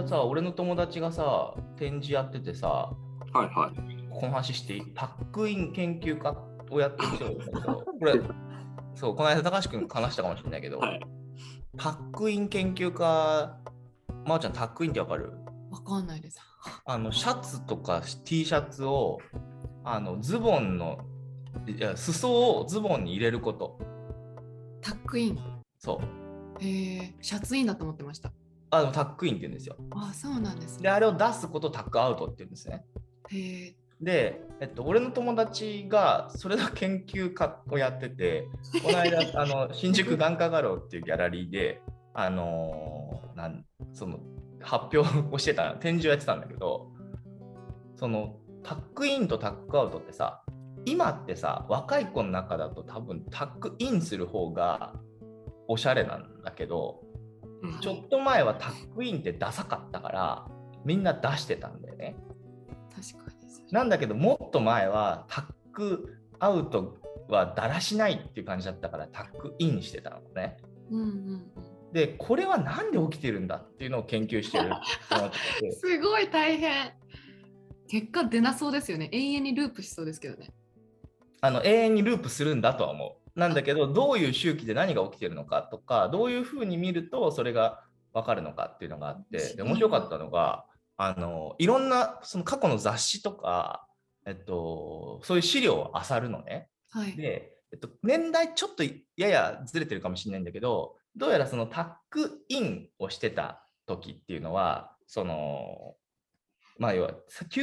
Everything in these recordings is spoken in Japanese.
さ、俺の友達がさ、展示やっててさ、 はいはい。 この話していい？タックイン研究家をやってる人がいるんだけど、これ、そう、この間高橋君話したかもしれないけど、 はい。 タックイン研究家、まーちゃん、タックインってわかる？ わかんないです。 シャツとか T シャツを、ズボンの、裾をズボンに入れること。 タックイン。 そう。 シャツインだと思ってました。 でもタックインって言うんですよ。 あ、そうなんですね。 で、あれを出すことをタックアウトって言うんですね。で、俺の友達がそれの研究家をやってて、この間新宿眼科画廊っていうギャラリーで、その発表をしてた、展示をやってたんだけど、そのタックインとタックアウトってさ、今ってさ、若い子の中だと多分タックインする方がおしゃれなんだけど、ちょっと前はタックインってダサかったからみんな出してたんだよね。 確かに。 なんだけどもっと前はタックアウトはだらしないっていう感じだったからタックインしてたのね。でこれはなんで起きてるんだっていうのを研究してるすごい大変。結果出なそうですよね。永遠にループしそうですけどね。 永遠にループするんだとは思う。なんだけどどういう周期で何が起きてるのかとか、どういうふうに見るとそれが分かるのかっていうのがあって、で面白かったのがいろんなその過去の雑誌とか、そういう資料を漁るのね。 はい、 で、年代ちょっとややずれてるかもしれないんだけど、どうやらそのタックインをしてた時っていうのは、要は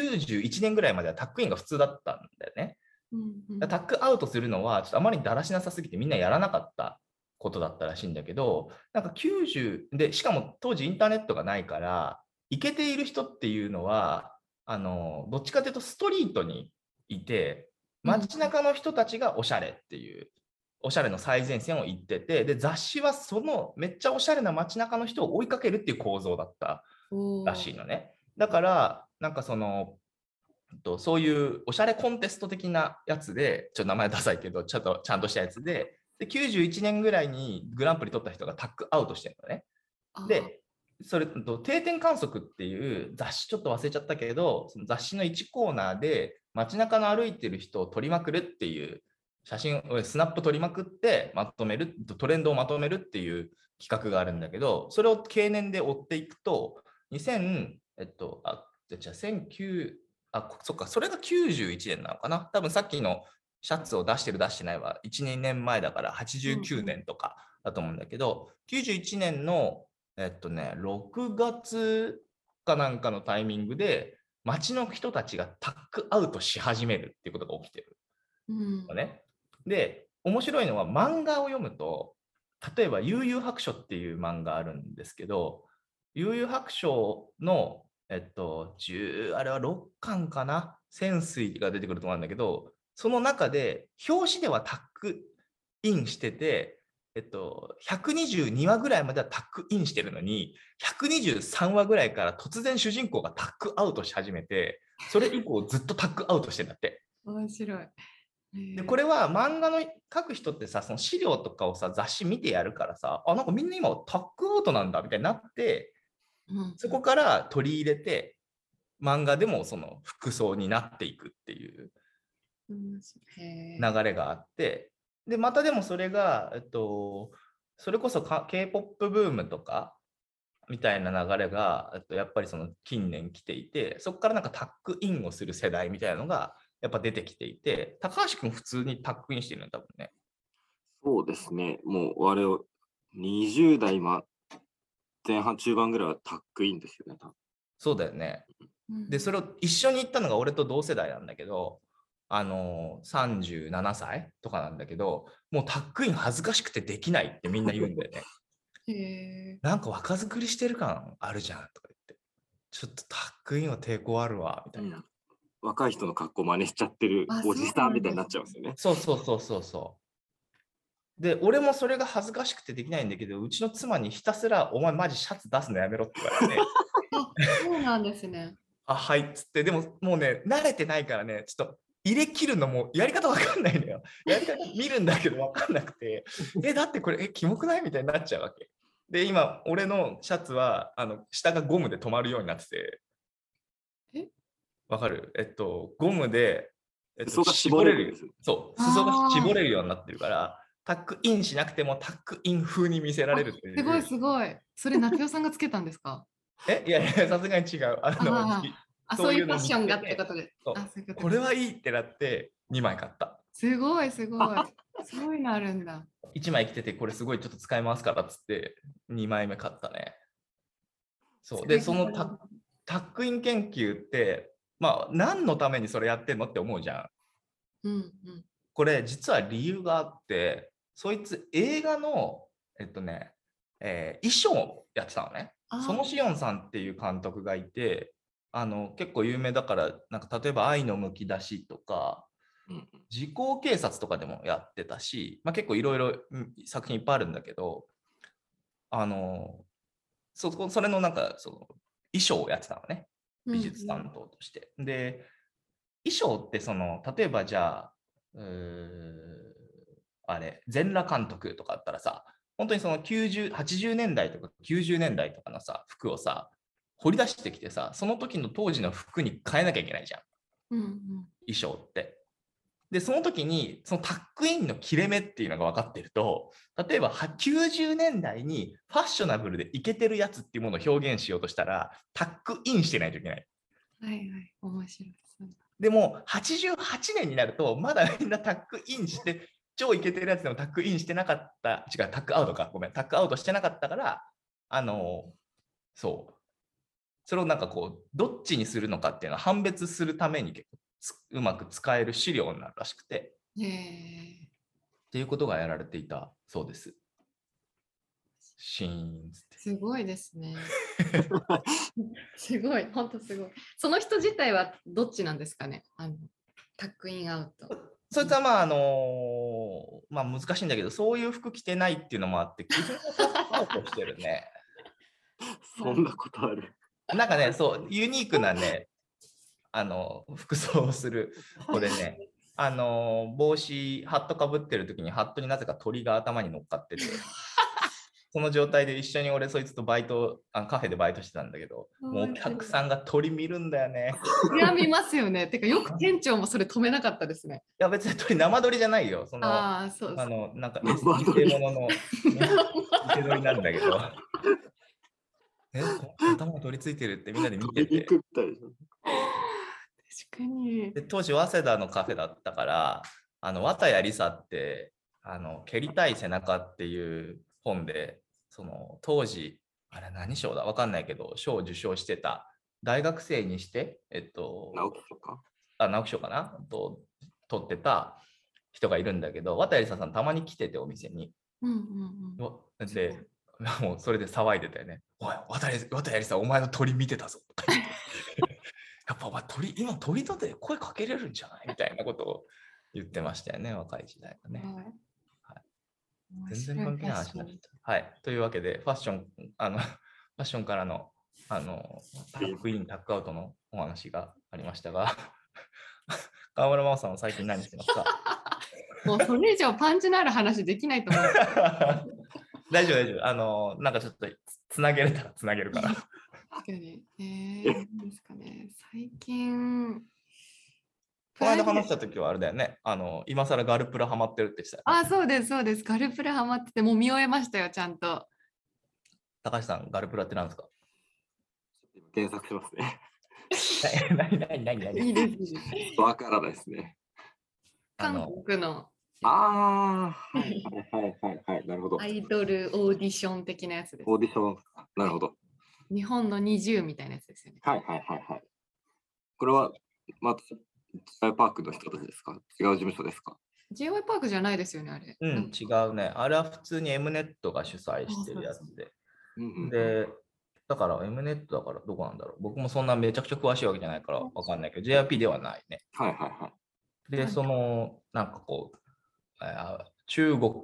91年ぐらいまではタックインが普通だったんだよね。タックアウトするのはちょっとあまりだらしなさすぎてみんなやらなかったことだったらしいんだけど、なんか90で、しかも当時インターネットがないから、イケている人っていうのはどっちかというとストリートにいて、街中の人たちがおしゃれっていう、おしゃれの最前線を行ってて、で雑誌はそのめっちゃおしゃれな街中の人を追いかけるっていう構造だったらしいのね。だからなんかそういうおしゃれコンテスト的なやつで、ちょっと名前ダサいけどちゃんとしたやつで、91年ぐらいにグランプリ取った人がタックアウトしてるのね。でそれと定点観測っていう雑誌ちょっと忘れちゃったけど、その雑誌の1コーナーで街中の歩いてる人を撮りまくるっていう写真をスナップ撮りまくってまとめる、トレンドをまとめるっていう企画があるんだけど、それを経年で追っていくと1900そっか、それが91年なのかな。多分さっきのシャツを出してる出してないは1、2年前だから89年とかだと思うんだけど、91年の6月かなんかのタイミングで街の人たちがタックアウトし始めるっていうことが起きてるのね。で、面白いのは漫画を読むと、例えば悠々白書っていう漫画あるんですけど、悠々白書のあれは6巻かな、潜水が出てくると思うんだけど、その中で表紙ではタックインしてて、122話ぐらいまではタックインしてるのに、123話ぐらいから突然主人公がタックアウトし始めて、それ以降ずっとタックアウトしてんだって。 面白い。 でこれは漫画の書く人ってさ、その資料とかをさ雑誌見てやるからさ、なんかみんな今タックアウトなんだみたいになって、そこから取り入れて漫画でもその服装になっていくっていう流れがあって、でまたでもそれが、それこそK-POP ブームとかみたいな流れがやっぱりその近年来ていて、そこからなんかタックインをする世代みたいなのがやっぱ出てきていて、高橋君普通にタックインしてるの多分ね。 そうですね。もう我々20代前半中盤ぐらいはタックインですよね。 そうだよね。でそれを一緒に行ったのが俺と同世代なんだけど、37歳とかなんだけど、もうタックイン恥ずかしくてできないってみんな言うんだよね。なんか若作りしてる感あるじゃんとか言って、ちょっとタックインは抵抗あるわみたいな、 若い人の格好真似しちゃってるおじさんみたいになっちゃうんですよね。 そうで俺もそれが恥ずかしくてできないんだけど、うちの妻にひたすらお前マジシャツ出すのやめろって言われてそうなんですね。 はいっつって、でももうね慣れてないからね、ちょっと入れ切るのもやり方わかんないのよ。やり方見るんだけどわかんなくてだってこれキモくないみたいになっちゃうわけで、今、俺のシャツは下がゴムで止まるようになってて、わかる？ゴムで、 裾が絞れるんです。 そう、裾が絞れるようになってるから、タックインしなくてもタックイン風に見せられるっていう。 すごいすごい。それ、夏代さんがつけたんですか？ いやいや、さすがに違う。 そういうファッションがってことで。 これはいいってなって2枚買った。 すごいすごい。そういうのあるんだ。 1枚着てて、これすごいちょっと使いますからっつって2枚目買ったね。そうで、そのタックイン研究って、まあ、何のためにそれやってんのって思うじゃん。 うんうん、 これ実は理由があって、そいつ映画の、衣装をやってたのね。ソノシオンさんっていう監督がいて、結構有名だから、なんか例えば愛のむき出しとか、時効警察とかでもやってたし、まあ、結構いろいろ作品いっぱいあるんだけど、それのなんかその衣装をやってたのね、美術担当として。で、衣装って例えばじゃあ、全裸監督とかあったらさ、本当にその80年代とか90年代とかのさ、服をさ、掘り出してきてさ、その時の当時の服に変えなきゃいけないじゃん、衣装って。で、その時に、そのタックインの切れ目っていうのが分かってると、例えば90年代にファッショナブルでイケてるやつっていうものを表現しようとしたら、タックインしてないといけない。 はいはい、面白い。 でも、88年になると、まだみんなタックインして、超イケてるやつでもタックインしてなかった、違う、タックアウトか、ごめん、タックアウトしてなかったから、そう。それをなんかこう、どっちにするのかっていうのを判別するために結構うまく使える資料になるらしくて。っていうことがやられていたそうです。シーンって。 すごいですね。すごい、本当すごい。その人自体はどっちなんですかね、タックインアウト。 そいつはまあまあ難しいんだけど、そういう服着てないっていうのもあって、基本はタックアウトしてるね。 そんなことある。 なんかね、そう、ユニークなね、服装をする子でね、帽子、ハットかぶってる時にハットになぜか鳥が頭に乗っかってて、その状態で一緒に俺そいつとカフェでバイトしてたんだけど、もうお客さんが鳥見るんだよね。 いや、見ますよね。てか、よく店長もそれ止めなかったですね。 いや、別に鳥生鳥じゃないよ。 そうそう。 なんか SD 系ものの受け取りなんだけど。頭が取り付いてるってみんなで見てて。 確かに。 で当時、早稲田のカフェだったから、綿谷りさって、蹴りたい背中っていう本で、当時、あれ何賞だわかんないけど、賞を受賞してた、大学生にして、 直木賞か直木賞かな取ってた人がいるんだけど、綿谷りささんたまに来てて、お店に。で、もうそれで騒いでたよね。おい、綿谷りさ、お前の鳥見てたぞとか言って。やっぱお前今鳥とで声かけれるんじゃないみたいなことを言ってましたよね、若い時代はね。はい、全然関係ない話になっちゃった。はい。というわけで、ファッションからのタックイン、タックアウトのお話がありましたが、川村真央さんは最近何してますか？ もうそれ以上パンチのある話できないと思う。 大丈夫、大丈夫。なんかちょっとつなげれたらつなげるから。 確かに。何ですかね。最近。 この間話したときはあれだよね。今更ガルプラハマってるって言ってたよね。 そうです、そうです。ガルプラハマってて、もう見終えましたよ、ちゃんと。 高橋さん、ガルプラって何ですか？ 検索しますね。 何いいですわからないですね。 韓国の。 はいはいはいはい、なるほど。 アイドルオーディション的なやつです。 オーディション、なるほど。 日本の20みたいなやつですよね。 はいはいはいはい。これは、また、J.Y. パークの人たちですか？違う事務所ですか？ J.Y. パークじゃないですよね、あれ。 違うね。あれは普通に M ネットが主催してるやつで。で、だから M ネットだからどこなんだろう。僕もそんなめちゃくちゃ詳しいわけじゃないからわかんないけど、JYP ではないね。 はいはいはい。 で、なんかこう、中国、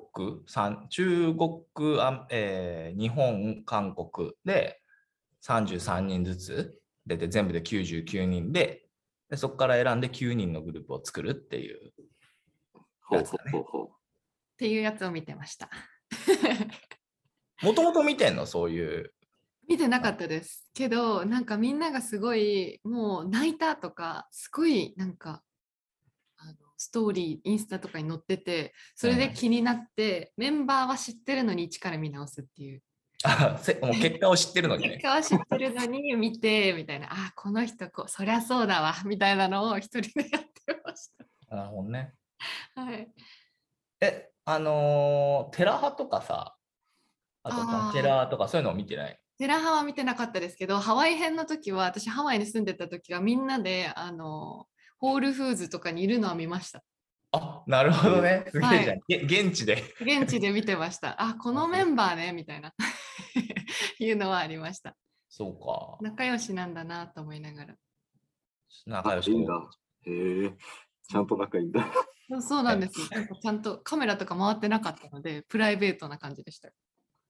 日本、韓国で33人ずつ出て、全部で99人で、そこから選んで9人のグループを作るっていうやつだね。 っていうやつを見てました。 もともと見てんのそういう。 見てなかったですけど、なんかみんながすごいもう泣いたとか、すごいなんかストーリー、インスタとかに載ってて、それで気になって、メンバーは知ってるのに一から見直すっていう。 もう結果を知ってるのにね。 結果は知ってるのに見て、みたいな、この人そりゃそうだわ、みたいなのを一人でやってましなるほどね。 た。はい。 テラハとかさ、あとバチェラーとかそういうのを見てない？ テラハは見てなかったですけど、ハワイ編の時は、私ハワイに住んでた時はみんなで、ホールフーズとかにいるのは見ました。 なるほどね。すげえじゃん。 は現地で。 現地で見てました。このメンバーね、みたいないうのはありました。 そうか。 仲良しなんだなと思いながら。 仲良しいいんだ。へえ、ちゃんと仲いいんだ。 そうなんですよ。なんかちゃんとカメラとか回ってなかったので、プライベートな感じでした。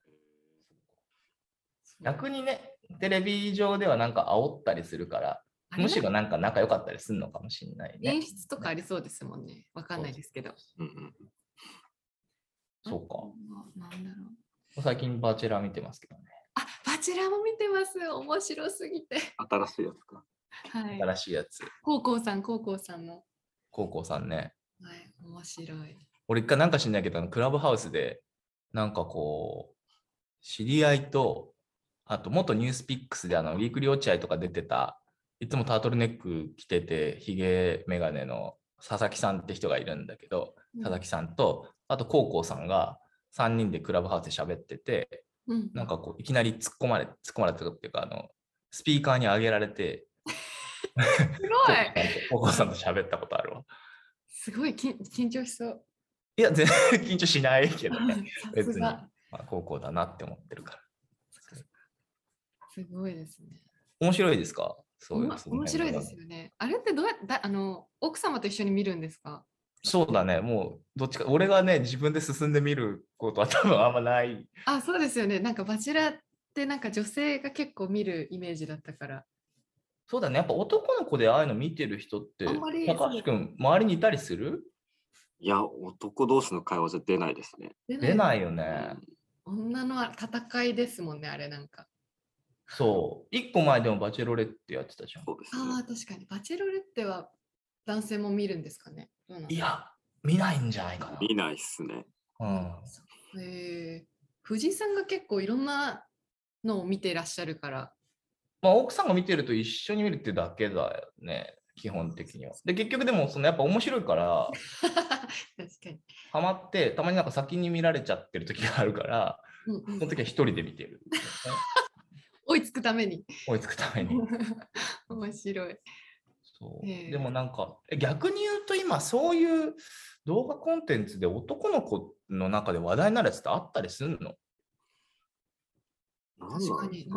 逆にね、テレビ上ではなんか煽ったりするから、むしろなんか仲良かったりするのかもしれないね。 演出とかありそうですもんね。わかんないですけど。 そうか。 なんだろう。最近バチェラー見てますけどね。 バチェラーも見てます。面白すぎて。 新しいやつか。 はい。 新しいやつ。 コウコウさんの。 コウコウさんね。 はい、面白い。 俺一回なんか知んないけど、クラブハウスで、なんかこう、知り合いと、あと元ニュースピックスでウィークリー落合とか出てた、いつもタートルネック着てて、ヒゲメガネの佐々木さんって人がいるんだけど、佐々木さんと、あとコウコウさんが3人でクラブハウスで喋ってて、なんかこう、いきなり突っ込まれたっていうか、スピーカーに上げられて、 すごいコウコウさんと喋ったことあるわ。 すごい緊張しそう。 いや、全然緊張しないけどね。別に、 まあ、高校だなって思ってるから。 すごいですね。 面白いですか？そういう。 面白いですよね。あれってどうやって奥様と一緒に見るんですか？ そうだね。もう、どっちか、俺がね、自分で進んで見ることは多分あんまない。 そうですよね。なんかバチェラーってなんか女性が結構見るイメージだったから。 そうだね。やっぱ男の子でああいうの見てる人って、高橋君、周りにいたりする？ いや、男同士の会話じゃ出ないですね。 出ないよね。 女の戦いですもんね、あれなんか。 そう。一個前でもバチェロレってやってたじゃん。 そうですね。 確かに。バチェロレッテは男性も見るんですかね？ いや、見ないんじゃないかな。 見ないっすね。 藤井さんが結構いろんなのを見ていらっしゃるから。 まあ、奥さんが見てると一緒に見るってだけだよね。基本的には。で、結局でも、やっぱ面白いから、 確かに。 ハマって、たまになんか先に見られちゃってる時があるから、その時は一人で見てる、ね。 追いつくために。 追いつくために。 面白い。 そうでもなんか、逆に言うと今、そういう動画コンテンツで男の子の中で話題になるやつってあったりするの？ 確かに。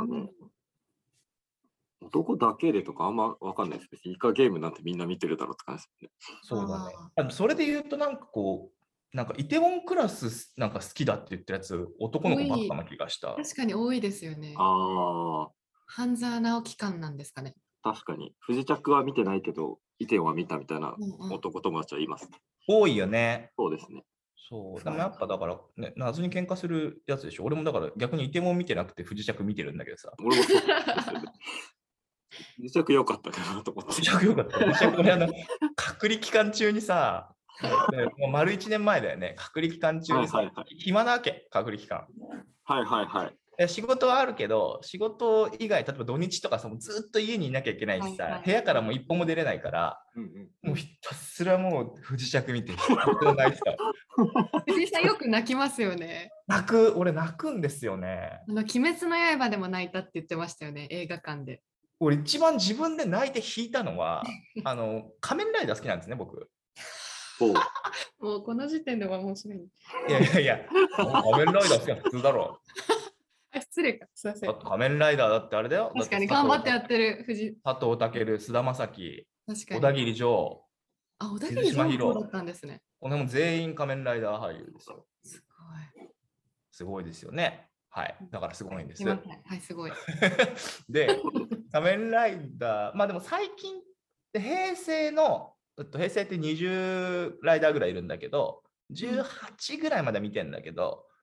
男だけでとかあんま分かんないですけど、イカゲームなんてみんな見てるだろうって感じですね。 そうだね。それで言うとなんかこう、なんかイテウォンクラスなんか好きだって言ってるやつ、男の子ばっかな気がした。 確かに多いですよね。半沢直樹感なんですかね。 確かに。不時着は見てないけど、イテウォンは見たみたいな男友達はいます。 多いよね。 そうですね。 そう。でもやっぱだから、ね、謎に喧嘩するやつでしょ。俺もだから逆にイテウォン見てなくて不時着見てるんだけどさ。 俺もそうですよね。不時着良かったかなと思って。 不時着良かった。不時着俺隔離期間中にさ、もう丸1年前だよね。隔離期間中にさ、暇なわけ、隔離期間。 はいはいはい。 仕事はあるけど、仕事以外、例えば土日とかさ、もうずっと家にいなきゃいけないしさ、部屋からも一歩も出れないから、もうひたすらもう不時着見て、ひたすら泣いてた。 藤井さんよく泣きますよね。 俺泣くんですよね。 鬼滅の刃でも泣いたって言ってましたよね、映画館で。 俺一番自分で泣いて引いたのは、仮面ライダー好きなんですね、僕。 もうこの時点では面白い。 いや、仮面ライダー好きなの普通だろ。 失礼か、すいません。 仮面ライダーだってあれだよ。 確かに頑張ってやってる佐藤健、菅田将暉、小田切城、 小田切城だったんですね。 この全員仮面ライダー俳優ですよ。すごいですよね。はい。だからすごいんです。 はい、すごい。 で、仮面ライダー、まあでも最近って平成って20ライダーぐらいいるんだけど、18ぐらいまで見てんだけど、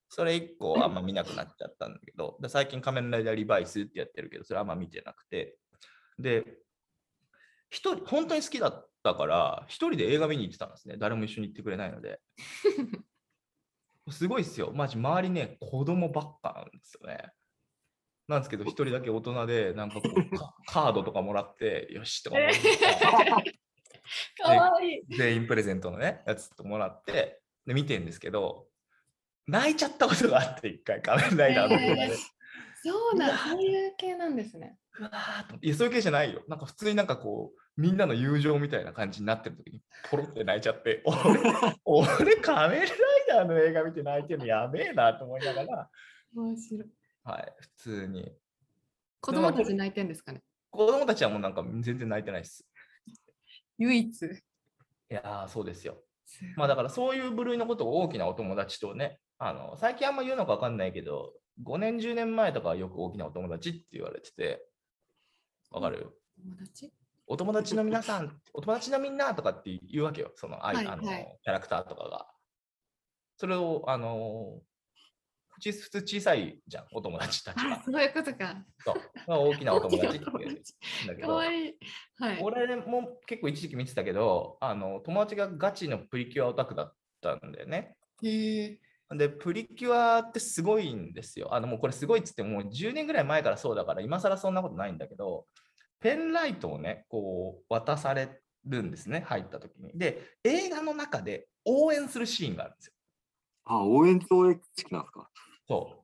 それ以降あんま見なくなっちゃったんだけど、で最近仮面ライダーリバイスってやってるけど、それあんま見てなくて。で、本当に好きだったから、一人で映画見に行ってたんですね。誰も一緒に行ってくれないので。すごいっすよ。マジ、周りね、子供ばっかなんですよね。なんですけど、一人だけ大人で、なんかこう、カードとかもらって、よしとか思ってかわいい。 全員プレゼントのね、やつともらって、で、見てんですけど、泣いちゃったことがあって、一回、仮面ライダーの映画で。 そういう系なんですね。 うわーと、いや、そういう系じゃないよ。なんか普通になんかこう、みんなの友情みたいな感じになってる時に、ポロって泣いちゃって、俺、仮面ライダーの映画見て泣いてるのやべえなと思いながら、 面白い。 はい、普通に。 子供たち泣いてんですかね。 子供たちはもうなんか全然泣いてないです。 唯一。 いやー、そうですよ。まあだからそういう部類のことを大きなお友達とね、最近あんま言うのか分かんないけど、5年、10年前とかはよく大きなお友達って言われてて、わかる？ 友達？ お友達の皆さん、お友達のみんなとかって言うわけよ、その、 はいキャラクターとかが。それを、普通小さいじゃん、お友達たちは。 そういうことか。 そう大きなお友達って言うんだけど、 かわいい。はい、 俺も結構一時期見てたけど、友達がガチのプリキュアオタクだったんだよね。 へー。 で、プリキュアってすごいんですよ。もうこれすごいっつってもう10年ぐらい前からそうだから、今更そんなことないんだけど、ペンライトをね、こう渡されるんですね、入った時に。で、映画の中で応援するシーンがあるんですよ。 あ、応援上映式なんですか。 そう。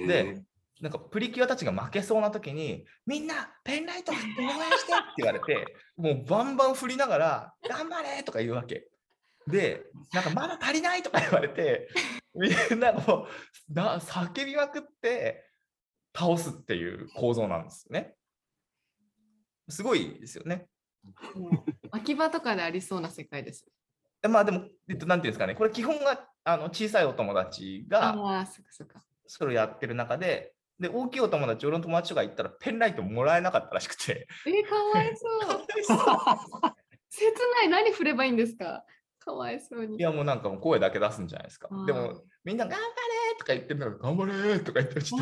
で、なんかプリキュアたちが負けそうな時に、みんなペンライト振って応援してって言われて、もうバンバン振りながら、頑張れとか言うわけ。で、なんかまだ足りないとか言われて、みんなもう叫びまくって倒すっていう構造なんですよね。すごいですよね。 秋葉とかでありそうな世界です。 まあでも、なんていうんですかね、これ基本が小さいお友達がそれをやってる中で、大きいお友達、俺の友達とか行ったらペンライトもらえなかったらしくて。 かわいそう。切ない。何振ればいいんですか？かわいそうに。 いやもうなんかもう声だけ出すんじゃないですか。でもみんな頑張れとか言ってるのが頑張れとか言ってる人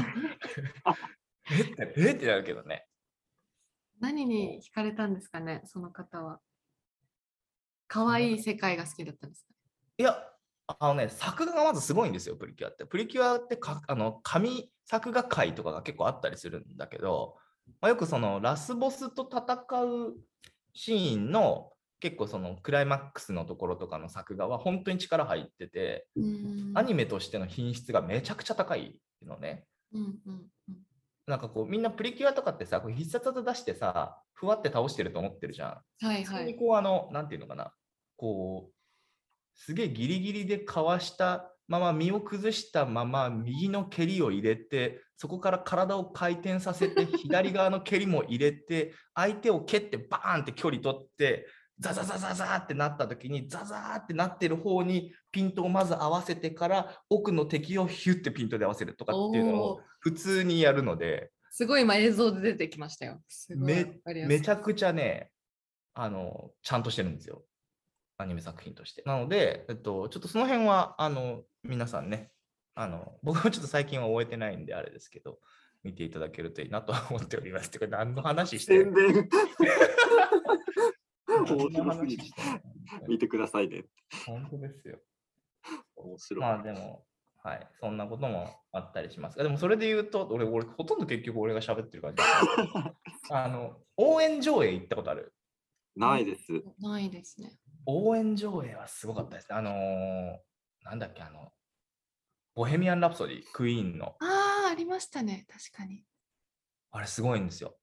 えってなるけどね。 何に惹かれたんですかね、その方は。かわいい世界が好きだったんですか？ いや、作画がまずすごいんですよ、プリキュアって。プリキュアって紙作画会とかが結構あったりするんだけど、よくそのラスボスと戦うシーンの結構そのクライマックスのところとかの作画は本当に力入ってて、アニメとしての品質がめちゃくちゃ高いのね。なんかこうみんなプリキュアとかってさ、こう必殺技出してさ、ふわって倒してると思ってるじゃん。 はいはい。 普通にこうなんていうのかな、こうすげえギリギリでかわしたまま身を崩したまま右の蹴りを入れて、そこから体を回転させて左側の蹴りも入れて、相手を蹴ってバーンって距離取って、ザザザザザってなった時にザザーってなってる方にピントをまず合わせてから奥の敵をヒュッてピントで合わせるとかっていうのを普通にやるので、 すごい今映像で出てきましたよ。 めちゃくちゃね、ちゃんとしてるんですよ。アニメ作品として。なので、ちょっとその辺は、皆さんね、僕もちょっと最近は終えてないんであれですけど、見ていただけるといいなと思っております。ってこれ何の話してる面白すぎて見てくださいね。 本当ですよ。 面白い。 まあでも、はい、そんなこともあったりしますが、でもそれで言うと、俺ほとんど結局俺が喋ってる感じ応援上映行ったことある？ ないです。 ないですね。 応援上映はすごかったです。なんだっけ、ボヘミアン・ラプソディ、クイーンの。 ありましたね、確かに。 あれすごいんですよ。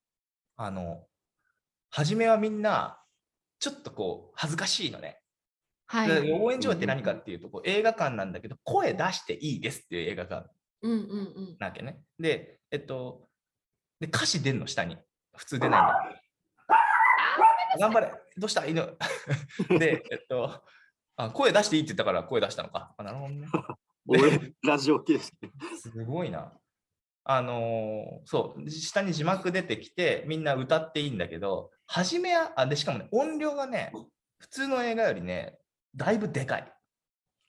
初めはみんな、ちょっとこう、恥ずかしいのね。 はい。 応援上映って何かっていうと、こう映画館なんだけど、声出していいですっていう映画館なわけね。で、歌詞出んの、下に。普通出ないんだけど。頑張れ、どうした犬で、声出していいって言ったから声出したのか。なるほどね。 ラジオ形式。 すごいな。そう、下に字幕出てきて、みんな歌っていいんだけど、初めは、で、しかもね、音量がね、普通の映画よりね、だいぶでかい。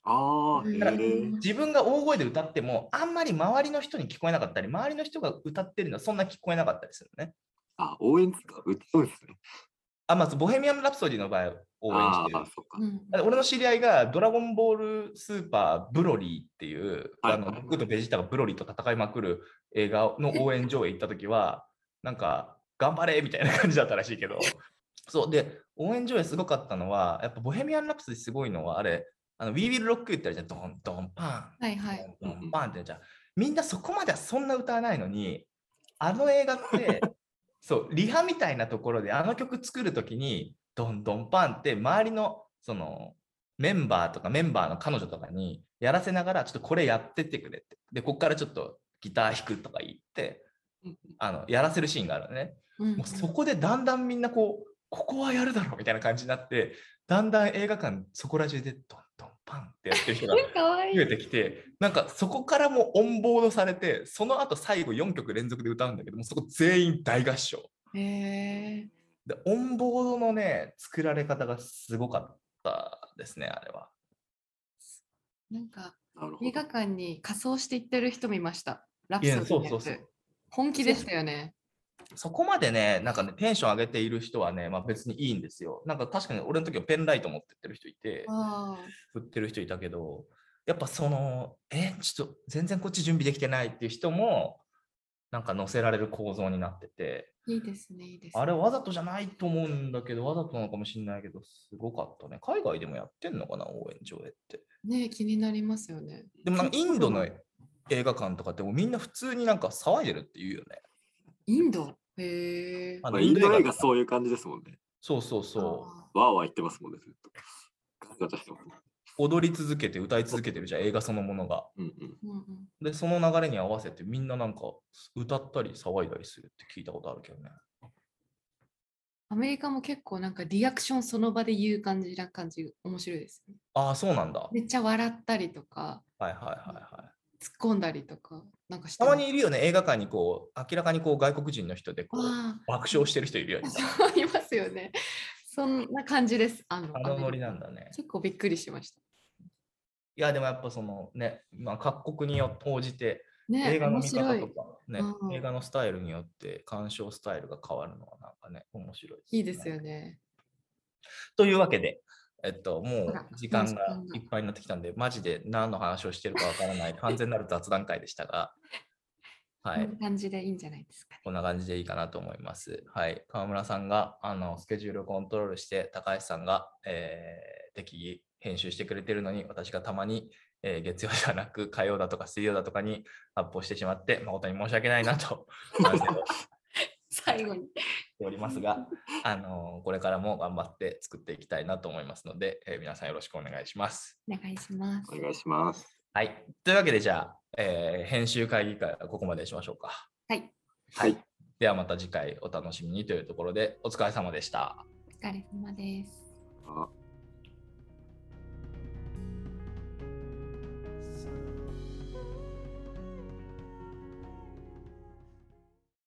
ああ、へだからえ。 自分が大声で歌っても、あんまり周りの人に聞こえなかったり、周りの人が歌ってるのはそんな聞こえなかったりするね。 あ、応援歌歌うんですね。 まず、ボヘミアン・ラプソディの場合、応援してる。 ああ、そっか。 俺の知り合いがドラゴンボールスーパーブロリーっていう、 はい僕とベジータがブロリーと戦いまくる映画の応援上映行った時は、なんか、頑張れみたいな感じだったらしいけど、そうで、応援上映すごかったのは、やっぱボヘミアン・ラプソディすごいのは、あれ、We Will Rock You ってあるじゃん、ドンドンパン、 はいはい。 ドンドンパンってじゃん。みんなそこまではそんな歌わないのに、あの映画って、そうリハみたいなところであの曲作るときにドンドンパンって周りのそのメンバーとかメンバーの彼女とかにやらせながらちょっとこれやってってくれって。で、ここからちょっとギター弾くとか言ってやらせるシーンがあるのね。もうそこでだんだんみんなここはやるだろうみたいな感じになって、だんだん映画館そこら中でドンドンパンってやってる人が増えてきて、なんかそこからもオンボードされて、その後最後4曲連続で歌うんだけども、そこ全員大合唱。で、オンボードのね、作られ方がすごかったですね、あれは。 なんか映画館に仮装して行ってる人もいました。ラプソディそうそうそう。 本気でしたよね。 そこまでね、なんかね、テンション上げている人はね、まあ、別にいいんですよ。なんか確かに俺の時はペンライト持ってってる人いて、振ってる人いたけど、やっぱその、ちょっと全然こっち準備できてないっていう人も、なんか乗せられる構造になってて、 いいですね、いいですね。 あれわざとじゃないと思うんだけど、わざとなのかもしれないけど、すごかったね。海外でもやってんのかな、応援上映って。 ね、気になりますよね。 でもなんかインドの映画館とかってもみんな普通になんか騒いでるって言うよね。 インドへえ。インド映画そういう感じですもんね。 そうそうそう。 わーわー言ってますもんね、ずっと。ガチャしてます。 踊り続けて歌い続けてるじゃん、映画そのものが。で、その流れに合わせてみんななんか歌ったり騒いだりするって聞いたことあるけどね。 アメリカも結構なんかリアクションその場で言う感じな感じ面白いですね。 ああ、そうなんだ。 めっちゃ笑ったりとか、 はいはいはいはい。 突っ込んだりとか、なんかしてたまにいるよね、映画館にこう、明らかにこう外国人の人でこう爆笑してる人いるよね。 そういますよね。そんな感じです。あのノリなんだね。 結構びっくりしました。 いや、でもやっぱそのね、まあ、各国に応じて、映画の見方とか、ね、映画のスタイルによって鑑賞スタイルが変わるのはなんかね、面白いです、 ね。いいですよね。 というわけで、もう時間がいっぱいになってきたんで、マジで何の話をしてるかわからない完全なる雑談会でしたが、 はい。こんな感じでいいんじゃないですかね。 こんな感じでいいかなと思います。はい。川村さんがスケジュールをコントロールして、高橋さんが、適宜編集してくれてるのに、私がたまに、月曜じゃなく火曜だとか水曜だとかに発表してしまって、誠に申し訳ないなと最後にしておりますが、これからも頑張って作っていきたいなと思いますので、皆さんよろしくお願いします。 お願いします。 お願いします。 はい。というわけで、じゃあ、編集会議会はここまでしましょうか。 はい。 はい。 ではまた次回お楽しみにというところで、お疲れ様でした。 お疲れ様です。